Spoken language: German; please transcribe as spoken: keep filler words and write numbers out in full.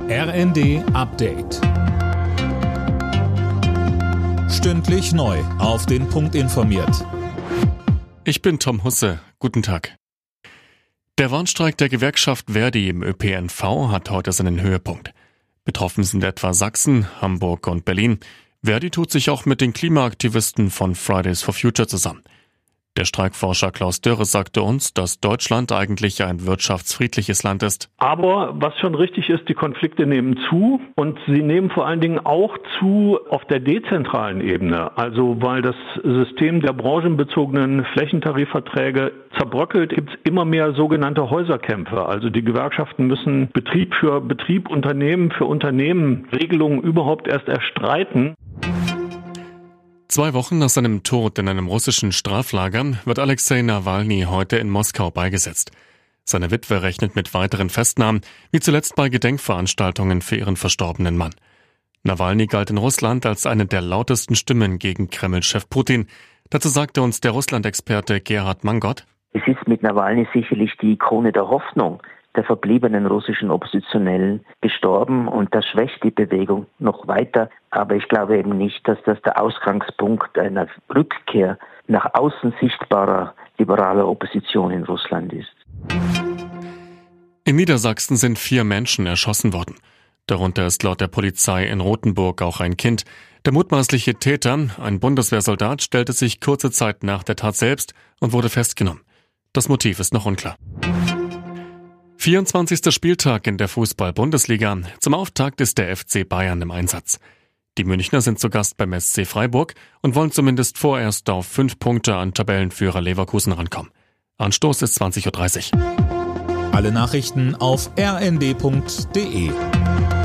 R N D Update. Stündlich neu auf den Punkt informiert. Ich bin Tom Husse. Guten Tag. Der Warnstreik der Gewerkschaft Verdi im Ö P N V hat heute seinen Höhepunkt. Betroffen sind etwa Sachsen, Hamburg und Berlin. Verdi tut sich auch mit den Klimaaktivisten von Fridays for Future zusammen. Der Streikforscher Klaus Dürre sagte uns, dass Deutschland eigentlich ein wirtschaftsfriedliches Land ist. Aber was schon richtig ist, die Konflikte nehmen zu und sie nehmen vor allen Dingen auch zu auf der dezentralen Ebene. Also weil das System der branchenbezogenen Flächentarifverträge zerbröckelt, gibt es immer mehr sogenannte Häuserkämpfe. Also die Gewerkschaften müssen Betrieb für Betrieb, Unternehmen für Unternehmen Regelungen überhaupt erst erstreiten. Zwei Wochen nach seinem Tod in einem russischen Straflager wird Alexei Nawalny heute in Moskau beigesetzt. Seine Witwe rechnet mit weiteren Festnahmen, wie zuletzt bei Gedenkveranstaltungen für ihren verstorbenen Mann. Nawalny galt in Russland als eine der lautesten Stimmen gegen Kreml-Chef Putin. Dazu sagte uns der Russland-Experte Gerhard Mangott: Es ist mit Nawalny sicherlich die Ikone der Hoffnung der verbliebenen russischen Oppositionellen gestorben, und das schwächt die Bewegung noch weiter. Aber ich glaube eben nicht, dass das der Ausgangspunkt einer Rückkehr nach außen sichtbarer liberaler Opposition in Russland ist. In Niedersachsen sind vier Menschen erschossen worden. Darunter ist laut der Polizei in Rothenburg auch ein Kind. Der mutmaßliche Täter, ein Bundeswehrsoldat, stellte sich kurze Zeit nach der Tat selbst und wurde festgenommen. Das Motiv ist noch unklar. vierundzwanzigster Spieltag in der Fußball-Bundesliga. Zum Auftakt ist der F C Bayern im Einsatz. Die Münchner sind zu Gast beim S C Freiburg und wollen zumindest vorerst auf fünf Punkte an Tabellenführer Leverkusen rankommen. Anstoß ist zwanzig Uhr dreißig. Alle Nachrichten auf r n d punkt d e.